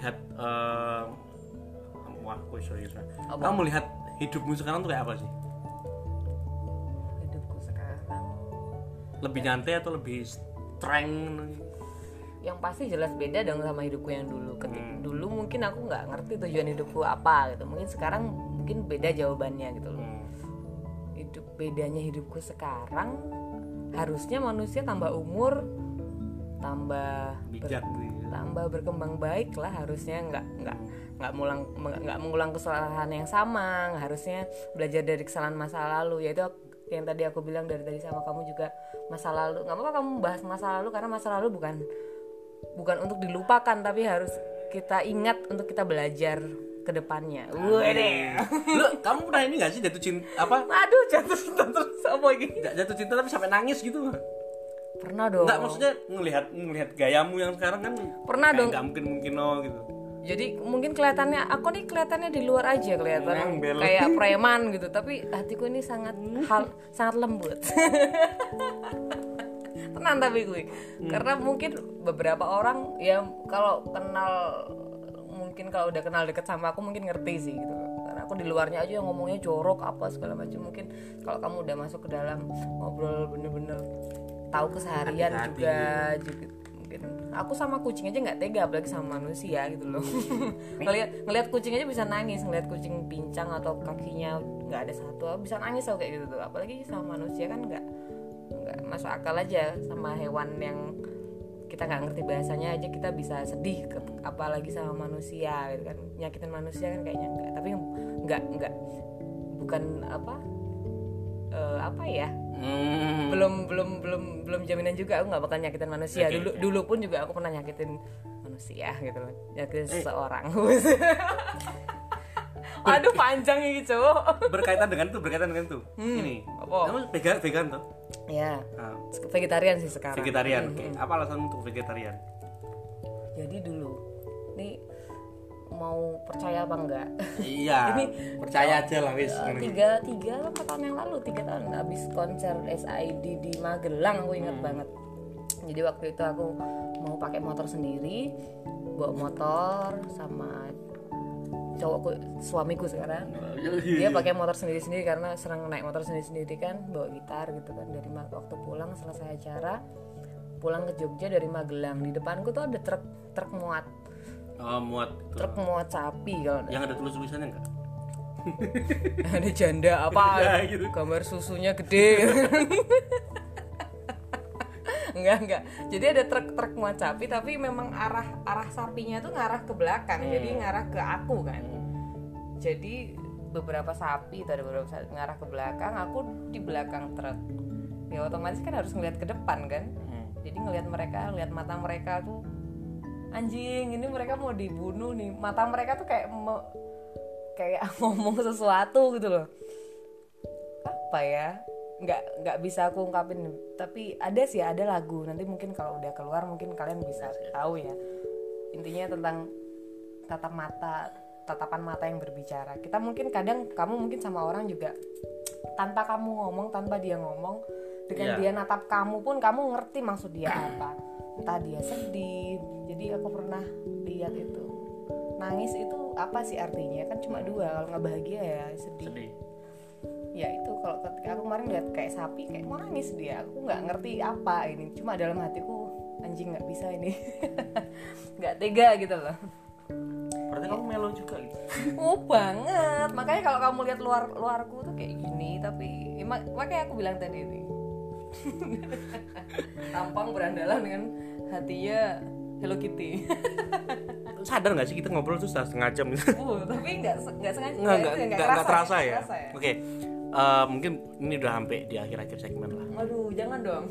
kamu melihat hidupmu sekarang tuh kayak apa sih? Hidupku sekarang lebih nyantai atau lebih strength? Yang pasti jelas beda dong sama hidupku yang dulu. Dulu mungkin aku nggak ngerti tujuan hidupku apa gitu, mungkin sekarang mungkin beda jawabannya gitu loh. Bedanya hidupku sekarang, harusnya manusia tambah umur tambah bijak tambah berkembang baik lah, harusnya nggak mengulang kesalahan yang sama, harusnya belajar dari kesalahan masa lalu, yaitu yang tadi aku bilang dari tadi sama kamu juga, masa lalu nggak apa-apa kamu bahas masa lalu, karena masa lalu bukan untuk dilupakan, tapi harus kita ingat untuk kita belajar ke depannya. Waduh. Lu kamu pernah ini nggak sih jatuh cinta apa? Aduh, jatuh cinta terus apa gitu? Jatuh cinta tapi sampai nangis gitu? Pernah dong. Enggak, maksudnya ngelihat gayamu yang sekarang kan pernah dong. Nggak mungkin gitu. Jadi mungkin aku nih kelihatannya di luar aja kelihatan Nembel. kayak preman gitu, tapi hatiku ini sangat sangat lembut. Tenang tapi gue, karena mungkin beberapa orang ya kalau udah kenal deket sama aku mungkin ngerti sih gitu. Karena aku di luarnya aja yang ngomongnya jorok apa segala macam. Mungkin kalau kamu udah masuk ke dalam ngobrol bener-bener tahu keseharian juga mungkin aku sama kucing aja nggak tega, apalagi sama manusia gitu loh. ngelihat kucing aja bisa nangis, ngelihat kucing pincang atau kakinya nggak ada satu bisa nangis kayak gitu tuh, apalagi sama manusia kan nggak masuk akal aja. Sama hewan yang kita nggak ngerti bahasanya aja kita bisa sedih, apalagi sama manusia gitu kan. Nyakitin manusia kan kayaknya enggak, tapi enggak bukan apa ya, belum jaminan juga aku nggak bakal nyakitin manusia. Dulu pun juga aku pernah nyakitin manusia gitu loh, nyakitin seseorang. Aduh panjang ini cowok. Berkaitan dengan tuh ini apa? kamu vegan tuh Ya, vegetarian sih sekarang. Vegetarian. Oke. Apa alasan untuk vegetarian? Jadi dulu nih, mau percaya apa enggak? Iya. Ini percaya aja lah wis. 3 atau 4 tahun yang lalu, 3 tahun habis konser SID di Magelang, aku ingat banget. Jadi waktu itu aku mau pakai motor sendiri, bawa motor sama cowokku, suamiku sekarang. Dia pakai motor sendiri-sendiri karena sering naik motor sendiri-sendiri kan, bawa gitar gitu kan. Dari waktu pulang selesai acara, pulang ke Jogja dari Magelang, di depanku tuh ada truk muat. Muat itu. Truk muat sapi kalau yang ada tulisannya enggak? ada janda apa Ya, gitu. Gambar susunya gede. enggak. Jadi ada truk muat sapi, tapi memang arah sapinya tuh ngarah ke belakang, jadi ngarah ke aku kan. Jadi beberapa sapi ngarah ke belakang, aku di belakang truk. Ya otomatis kan harus ngeliat ke depan kan. Jadi ngeliat mata mereka tuh, anjing ini mereka mau dibunuh nih. Mata mereka tuh kayak ngomong sesuatu gitu loh. Apa ya? Nggak bisa aku ungkapin, tapi ada lagu, nanti mungkin kalau udah keluar mungkin kalian bisa tahu ya. Intinya tentang tatapan mata yang berbicara. Kita mungkin kamu mungkin sama orang juga tanpa kamu ngomong, tanpa dia ngomong, dengan dia natap kamu pun kamu ngerti maksud dia apa. Entah dia sedih. Jadi aku pernah lihat itu, nangis itu apa sih artinya, kan cuma 2, kalau nggak bahagia ya sedih. Ya itu, kalau ketika aku kemarin lihat kayak sapi kayak mau nangis dia, aku nggak ngerti apa ini, cuma dalam hatiku anjing nggak bisa ini. Nggak tega gitu loh. Berarti kamu melo juga gitu. Oh banget, makanya kalau kamu lihat luarku tuh kayak gini, tapi makanya aku bilang tadi ini. Tampang berandalan dengan hatinya Hello Kitty. Sadar nggak sih kita ngobrol tuh setengah jam gitu? Tapi nggak sengaja. Nggak terasa ya. Oke. Mungkin ini udah sampai di akhir segmen lah. Aduh, jangan dong.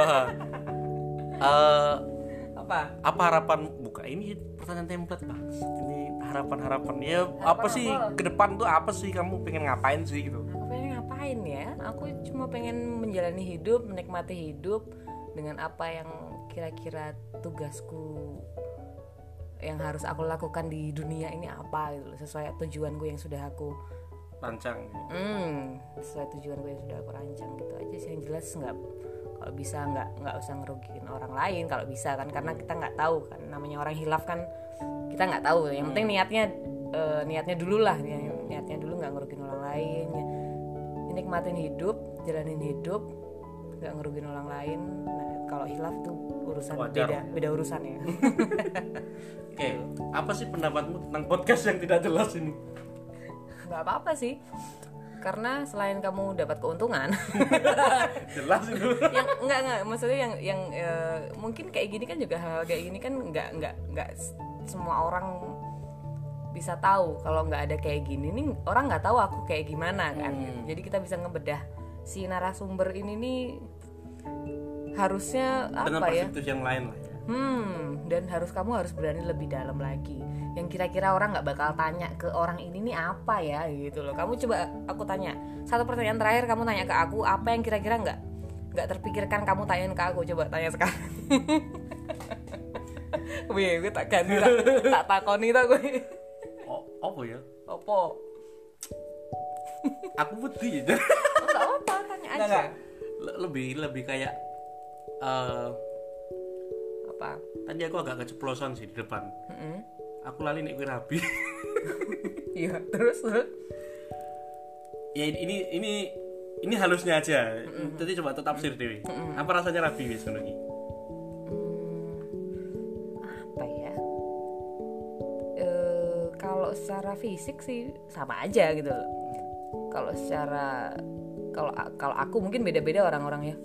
Apa harapan buka ini pertanyaan template Pak? Ini harapan ya apa sih ke depan tuh, apa sih kamu pengen ngapain sih gitu? Aku pengen ngapain ya? Aku cuma pengen menjalani hidup, menikmati hidup dengan apa yang kira-kira tugasku yang harus aku lakukan di dunia ini apa gitu, sesuai tujuanku yang sudah aku rancang. Sesuai tujuanku yang sudah aku rancang gitu aja sih. Yang jelas kalau bisa nggak usah ngerugiin orang lain kalau bisa kan, karena kita nggak tahu kan, namanya orang hilaf kan kita nggak tahu. Yang penting niatnya dulu lah, niatnya dulu nggak ngerugiin orang lain, nikmatin hidup, jalanin hidup, nggak ngerugiin orang lain. Nah, kalau hilaf tuh urusan beda urusan ya. Oke, apa sih pendapatmu tentang podcast yang tidak jelas ini? Nggak apa-apa sih, karena selain kamu dapat keuntungan, jelas itu. yang enggak, maksudnya yang mungkin kayak gini kan juga, hal kayak gini kan nggak semua orang bisa tahu. Kalau nggak ada kayak gini nih, orang nggak tahu aku kayak gimana kan. Jadi kita bisa ngebedah si narasumber ini nih harusnya dengan apa ya? perspektif yang lain lah ya. Dan kamu harus berani lebih dalam lagi. Yang kira-kira orang nggak bakal tanya ke orang ini nih apa ya gitu loh. Kamu coba aku tanya satu pertanyaan terakhir, kamu tanya ke aku apa yang kira-kira nggak terpikirkan kamu tanyain ke aku, coba tanya sekarang. Wih, gue tak ganti tak takoni tak gue. Oh, apa ya? Opo? Aku putih. Enggak apa-apa, tanya aja. Enggak. Lebih kayak Apa? tadi aku agak keceplosan sih di depan. Aku lali nek kuwi rabi. Iya, terus. Ya ini halusnya aja. Jadi coba tafsir dewi. Apa rasanya rabi wis ngono iki? Apa ya? Kalau secara fisik sih sama aja gitu loh. Kalau secara kalau aku mungkin beda-beda orang-orang ya.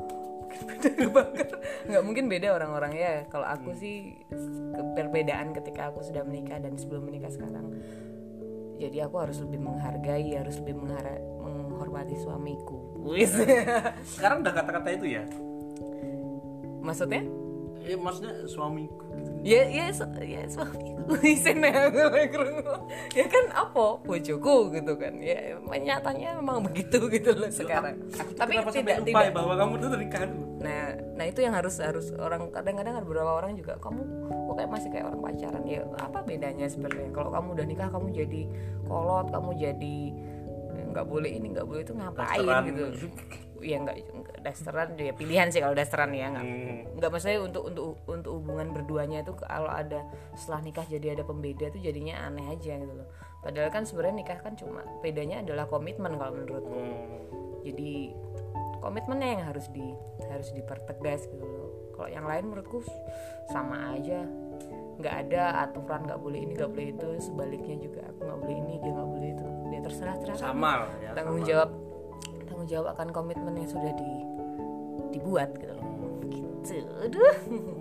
Nggak mungkin beda orang-orang ya. Kalau aku sih perbedaan ketika aku sudah menikah dan sebelum menikah sekarang. Jadi aku harus lebih menghargai, harus lebih menghormati suamiku. Wis. Sekarang udah kata-kata itu ya? Maksudnya? Maksudnya suamiku gitu. Ya suamiku. Isen ya kan apa? Bojoku gitu kan. Ya nyatanya memang begitu gitu loh sekarang. Tapi tidak bahwa kamu tuh nikah dulu. Nah itu yang harus orang, kadang-kadang ada beberapa orang juga, kamu kok kayak masih kayak orang pacaran. Ya apa bedanya sebenarnya? Kalau kamu udah nikah kamu jadi kolot, kamu jadi nggak boleh ini nggak boleh itu, ngapain dasteran gitu. Ya nggak dasteran ya, pilihan sih kalau dasteran ya, nggak maksudnya untuk hubungan berduanya itu kalau ada setelah nikah jadi ada pembeda itu jadinya aneh aja gitu loh. Padahal kan sebenarnya nikah kan cuma bedanya adalah komitmen kalau menurutku. Jadi komitmennya yang harus dipertegas gitu loh. Kalau yang lain menurutku sama aja, nggak ada aturan nggak boleh ini nggak boleh itu, sebaliknya juga aku nggak boleh ini dia nggak boleh itu, dia terserah sama ya, tanggung jawab akan komitmen yang sudah dibuat gitu loh. Gitu. Aduh.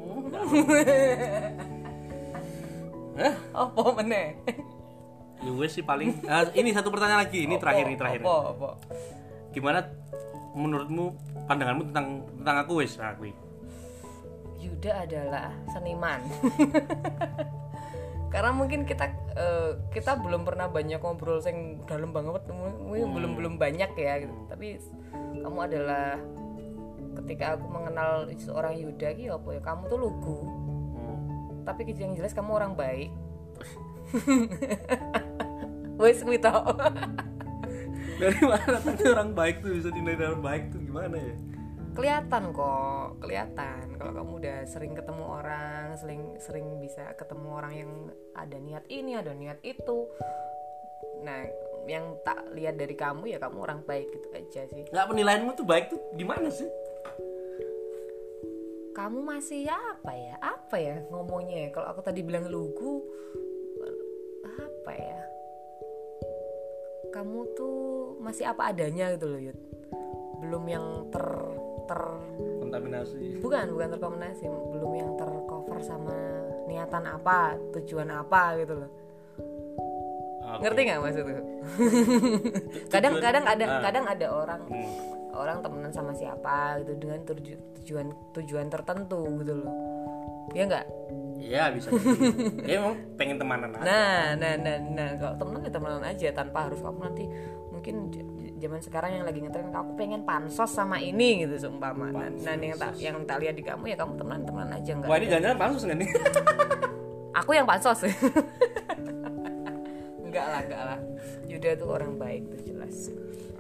Apa meneh? Gue sih paling ini satu pertanyaan lagi, ini terakhir. Apa? Gimana menurutmu, pandanganmu tentang aku wis aku? Yuda adalah seniman. Karena mungkin kita belum pernah banyak ngobrol sing dalam banget, belum banyak ya gitu. Tapi kamu adalah, ketika aku mengenal seorang Yuda ki apa ya, kamu tuh lugu. Tapi yang jelas kamu orang baik. Wes kuwi tau. Dari mana tadi orang baik tuh bisa dinilai orang baik tuh gimana ya? Kelihatan kalau kamu udah sering ketemu orang, sering bisa ketemu orang yang ada niat ini, ada niat itu. Nah, yang tak lihat dari kamu ya kamu orang baik gitu aja sih. Nggak, penilaianmu tuh baik tuh gimana sih? Kamu masih apa ya ngomongnya ya? Kalau aku tadi bilang lugu, apa ya? Kamu tuh masih apa adanya gitu loh, Yud. Belum yang kontaminasi. Bukan terkontaminasi, belum yang tercover sama niatan apa, tujuan apa gitu loh. Okay. Ngerti nggak maksudku? kadang ada orang temenan sama siapa gitu dengan tujuan tertentu gitu loh. Ya nggak? Iya bisa. Dia emang pengen temanan aja. Nah, kalau temenan ya temenan aja, tanpa harus kamu nanti mungkin zaman sekarang yang lagi ngetren aku pengen pansos sama ini gitu seumpama. Nah, yang tak lihat di kamu ya kamu temenan aja enggak. Wah, ini jangan-jangan pansos enggak nih? Aku yang pansos. Enggak lah. Yuda tuh orang baik tuh jelas.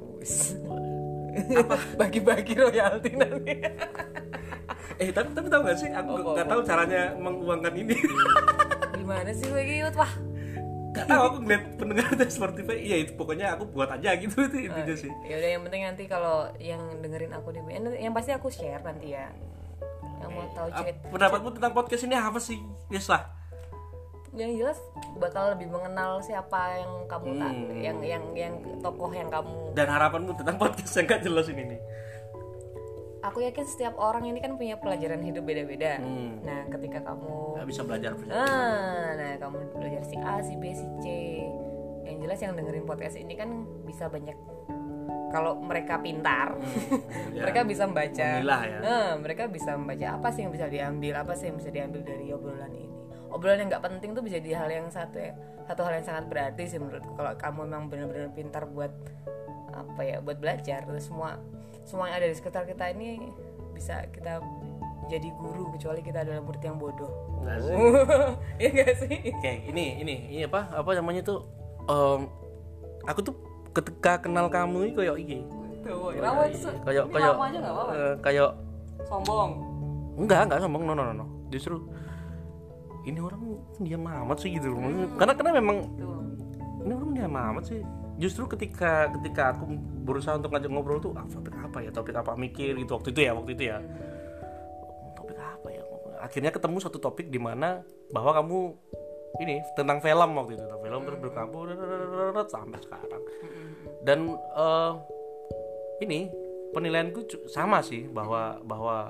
Apa bagi-bagi royalti nanti. Tapi tahu gak sih, aku nggak tahu caranya menguangkan ini. Gimana sih lagi, Wah? Gak tahu, aku ngeliat pendengar Spotify, iya itu pokoknya aku buat aja gitu, itu intinya sih. Ya udah, yang penting nanti kalau yang dengerin aku di yang pasti aku share nanti ya. Yang mau tahu pendapatmu tentang podcast ini apa sih? Yes lah. Yang jelas bakal lebih mengenal siapa yang kamu yang tokoh yang kamu. Dan harapanmu tentang podcast yang gak jelas ini nih. Aku yakin setiap orang ini kan punya pelajaran hidup beda-beda. Nah, ketika kamu nggak bisa belajar. Nah, kamu belajar si A, si B, si C. Yang jelas yang dengerin podcast ini kan bisa banyak. kalau mereka pintar, Ya, mereka bisa membaca. memilah ya. Mereka bisa membaca apa sih yang bisa diambil, apa sih yang bisa diambil dari obrolan ini. Obrolan yang nggak penting tuh bisa jadi hal yang satu hal yang sangat berarti sih menurutku. Kalau kamu memang benar-benar pintar buat apa ya, buat belajar, terus semua yang ada di sekitar kita ini bisa kita jadi guru, kecuali kita adalah murid yang bodoh. Nggak sih. Iya nggak sih? Kayak ini apa namanya tuh, aku tuh ketika kenal kamu ini kayak iki. Tuh, rawan Kayak aja nggak apa-apa. kayak Sombong. enggak sombong, no. Justru ini orang diam amat sih gitu loh. Karena memang Tuh. ini orang diam amat sih. Justru ketika aku berusaha untuk ngajak ngobrol tuh, topik apa mikir gitu waktu itu ya. Topik apa ya? Akhirnya ketemu satu topik di mana bahwa kamu ini tentang film waktu itu, terus berkabur sampai sekarang. Dan ini penilaianku sama sih, bahwa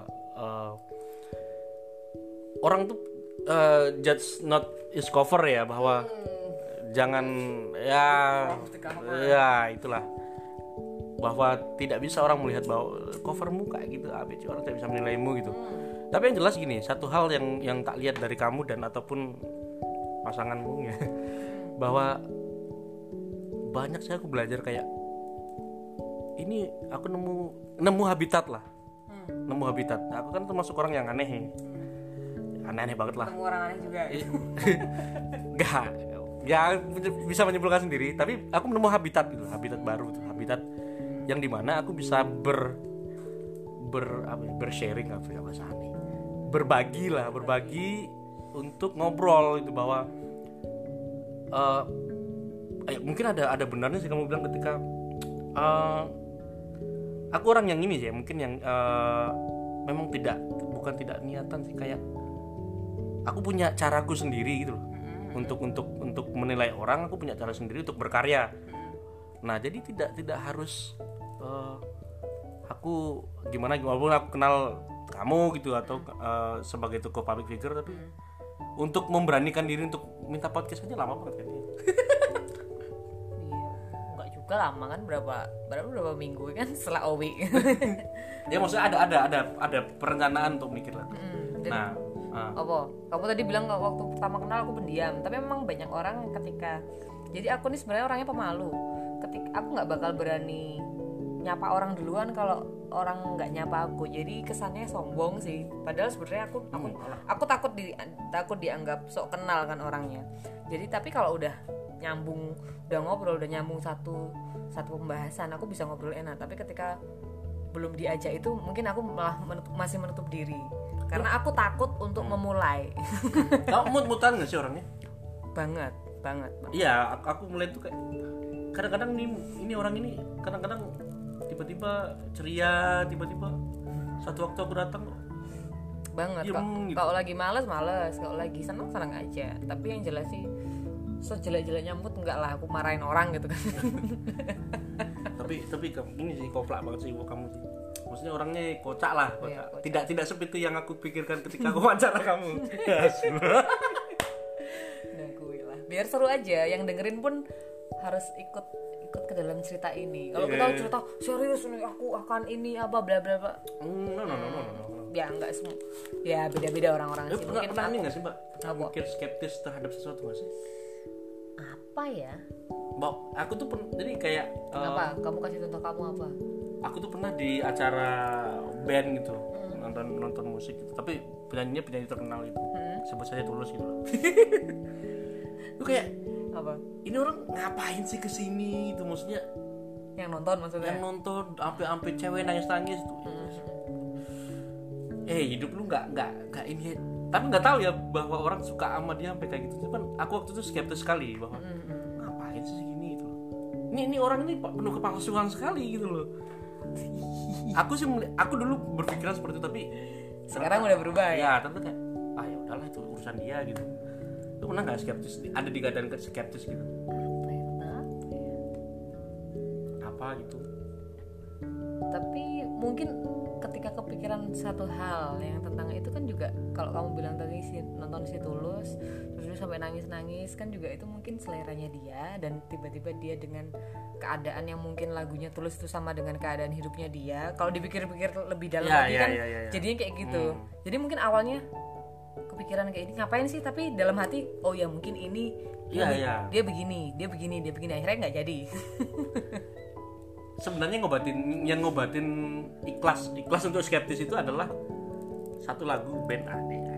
orang tuh judge not is cover ya, bahwa jangan ya itulah, bahwa tidak bisa orang melihat bahwa covermu kayak gitu, orang tidak bisa menilaimu gitu. Tapi yang jelas gini, satu hal yang tak lihat dari kamu dan ataupun pasanganmu ya, bahwa banyak sih aku belajar kayak ini, aku nemu habitat lah. Nemu habitat. Aku kan termasuk orang yang aneh banget lah. Ketemu orang aneh juga. Enggak, ya bisa menyimpulkan sendiri. Tapi aku menemu habitat gitu, habitat baru tuh, habitat yang dimana aku bisa bersharing apa bahasa aneh, berbagi untuk ngobrol itu, bahwa mungkin ada benarnya sih kamu bilang ketika aku orang yang ini sih, mungkin yang memang bukan tidak niatan sih, kayak aku punya caraku sendiri gitu loh. Untuk menilai orang, aku punya cara sendiri untuk berkarya. Nah, jadi tidak harus aku gimana, walaupun aku kenal kamu gitu atau sebagai tokoh public figure, tapi untuk memberanikan diri untuk minta podcast aja lama banget kan. Iya, enggak juga lama kan, berapa minggu kan setelah Owi. Ya maksudnya ada perencanaan untuk mikir lah. Nah, apa? Kamu tadi bilang waktu pertama kenal aku pendiam, tapi memang banyak orang ketika, jadi aku nih sebenarnya orangnya pemalu. Ketika aku nggak bakal berani nyapa orang duluan kalau orang nggak nyapa aku, jadi kesannya sombong sih. Padahal sebenarnya aku takut dianggap sok kenal kan orangnya. Jadi tapi kalau udah nyambung, udah ngobrol, udah nyambung satu pembahasan, aku bisa ngobrol enak. Tapi ketika belum diajak itu mungkin aku malah masih menutup diri karena aku takut untuk memulai. kamu mut-mutan nggak sih orangnya? banget. Iya, aku mulai tuh kayak kadang-kadang ini orang ini kadang-kadang tiba-tiba ceria, tiba-tiba satu waktu aku datang banget. gitu. Kalau lagi males, kalau lagi senang aja. Tapi yang jelas sih sejelek-jeleknya mood enggak lah aku marahin orang gitu kan. tapi ini sih koplak banget sih kamu sih. Maksudnya orangnya kocak lah, kocak. Iya, kocak. Tidak seperti yang aku pikirkan ketika aku wawancara kamu. Nah, gue lah. Biar seru aja, yang dengerin pun harus ikut ke dalam cerita ini. Kalau kita cerita serius nih, aku akan ini apa bla bla bla. No. Ya enggak semua. Ya beda-beda orang-orang sih. Mungkin pernah ini nggak sih, Mbak? Pernah mikir skeptis terhadap sesuatu nggak sih? apa ya? Mbak, aku tuh jadi kayak Apa? Kamu kasih contoh kamu apa? aku tuh pernah di acara band gitu, nonton musik gitu. Tapi penyanyi terkenal gitu. Sebut saja Tulus gitu loh. Itu kayak Apa? ini orang ngapain sih kesini itu, maksudnya Yang nonton maksudnya? yang nonton sampai cewek nangis tuh. Hidup lu nggak ini. Tapi nggak tahu ya bahwa orang suka sama dia sampai kayak gitu. Cuman aku waktu itu skeptis sekali bahwa ngapain sih gini gitu loh. Ini orang ini penuh kepalsuan sekali gitu loh. Aku dulu berpikiran seperti itu, tapi Sekarang udah berubah ya? Ya, tapi kayak ya udahlah, itu urusan dia gitu. Lu pernah nggak skeptis? Ada di keadaan skeptis gitu? Apa ya? Apa gitu? Tapi mungkin ketika ketika kepikiran satu hal yang tentang itu kan juga, kalau kamu bilang tadi nonton si Tulus terus sampai nangis kan juga itu mungkin seleranya dia, dan tiba-tiba dia dengan keadaan yang mungkin lagunya Tulus itu sama dengan keadaan hidupnya dia. Kalau dipikir-pikir lebih dalam lagi kan jadinya kayak gitu. Jadi mungkin awalnya kepikiran kayak ini ngapain sih, tapi dalam hati oh ya mungkin ini dia begini akhirnya nggak jadi. Sebenarnya yang ngobatin ikhlas untuk skeptis itu adalah satu lagu band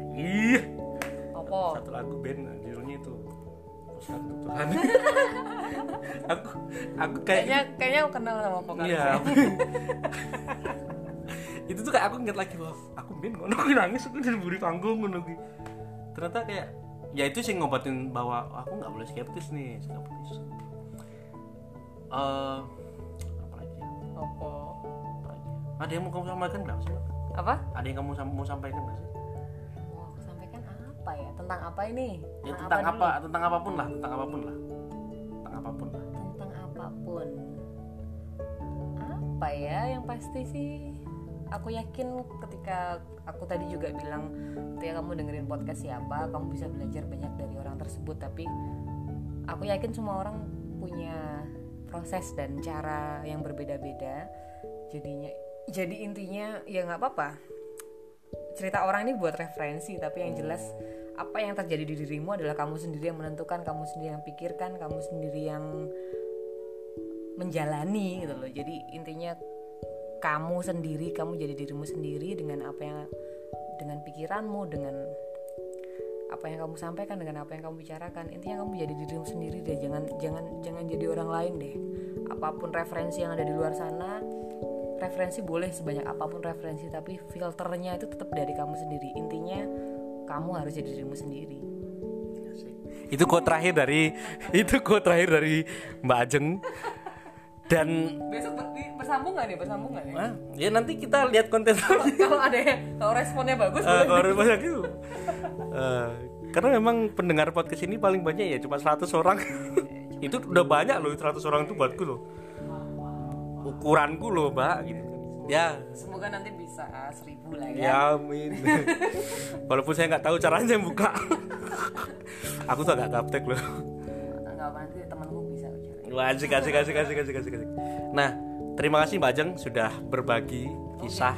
satu lagu band judulnya itu Pusat Tuhan. aku kayaknya aku kenal sama vokalis. Iya. Itu tuh kayak aku ingat lagi, wah aku band ngono nangis aku di buri panggung ngono ki. Ternyata kayak ya itu sih ngobatin bahwa aku nggak boleh skeptis. Apa? Ada yang mau kamu sampaikan nggak sih? Apa? Ada yang kamu mau sampaikan nggak sih? Mau aku sampaikan apa ya? Tentang apa ini? Ya, tentang apapun lah. Tentang apapun. Apa ya? Yang pasti sih aku yakin ketika aku tadi juga bilang ketika kamu dengerin podcast siapa, kamu bisa belajar banyak dari orang tersebut. Tapi aku yakin semua orang punya proses dan cara yang berbeda-beda. Jadi intinya ya nggak apa-apa, cerita orang ini buat referensi, tapi yang jelas apa yang terjadi di dirimu adalah kamu sendiri yang menentukan, kamu sendiri yang pikirkan, kamu sendiri yang menjalani gitu loh. Jadi intinya kamu jadi dirimu sendiri dengan pikiranmu, dengan apa yang kamu sampaikan, dengan apa yang kamu bicarakan. Intinya kamu jadi dirimu sendiri deh, jangan jadi orang lain deh. Apapun referensi yang ada di luar sana, referensi boleh sebanyak apapun referensi, tapi filternya itu tetap dari kamu sendiri. Intinya kamu harus jadi dirimu sendiri. Itu quote terakhir dari Mbak Ajeng. Dan besok bersambung nggak nih? Ya nanti kita lihat konten kalau responnya bagus. Kalau responnya gitu. Karena memang pendengar podcast ini paling banyak ya cuma 100 orang. Itu udah banyak loh, 100 orang itu buatku loh. Ukuranku loh, Mbak gitu. Ya, semoga nanti bisa 1000 lah ya. Ya, amin. Walaupun saya nggak tahu caranya buka. Aku tuh agak gaptek loh. Nggak apa, nanti temanku bisa ujar. Wah, asik. Nah, terima kasih Mbak Ajeng sudah berbagi kisah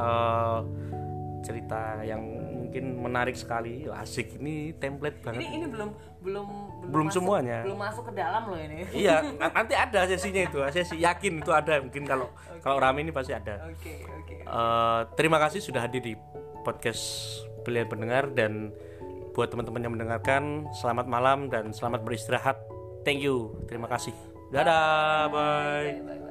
cerita yang mungkin menarik sekali. Asik, ini template banget. Ini belum masuk, semuanya. Belum masuk ke dalam loh ini. Iya, nanti ada sesinya itu. Saya sih yakin itu ada. Mungkin kalau rame ini pasti ada. Oke. Terima kasih sudah hadir di podcast Pilihan Pendengar, dan buat teman-teman yang mendengarkan, selamat malam dan selamat beristirahat. Thank you. Terima kasih. Dadah. Bye.